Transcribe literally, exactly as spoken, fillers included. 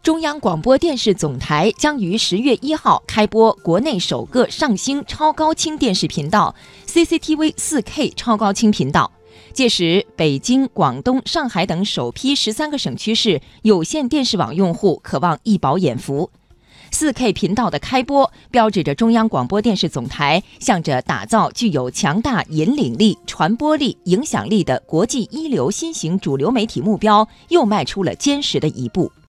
中央广播电视总台将于十月一号开播国内首个上星超高清电视频道 C C T V 四 K 超高清频道。届时，北京、广东、上海等首批十三个省区市有线电视网用户可望一饱眼福。四 K 频道的开播，标志着中央广播电视总台向着打造具有强大引领力、传播力、影响力的国际一流新型主流媒体目标，又迈出了坚实的一步。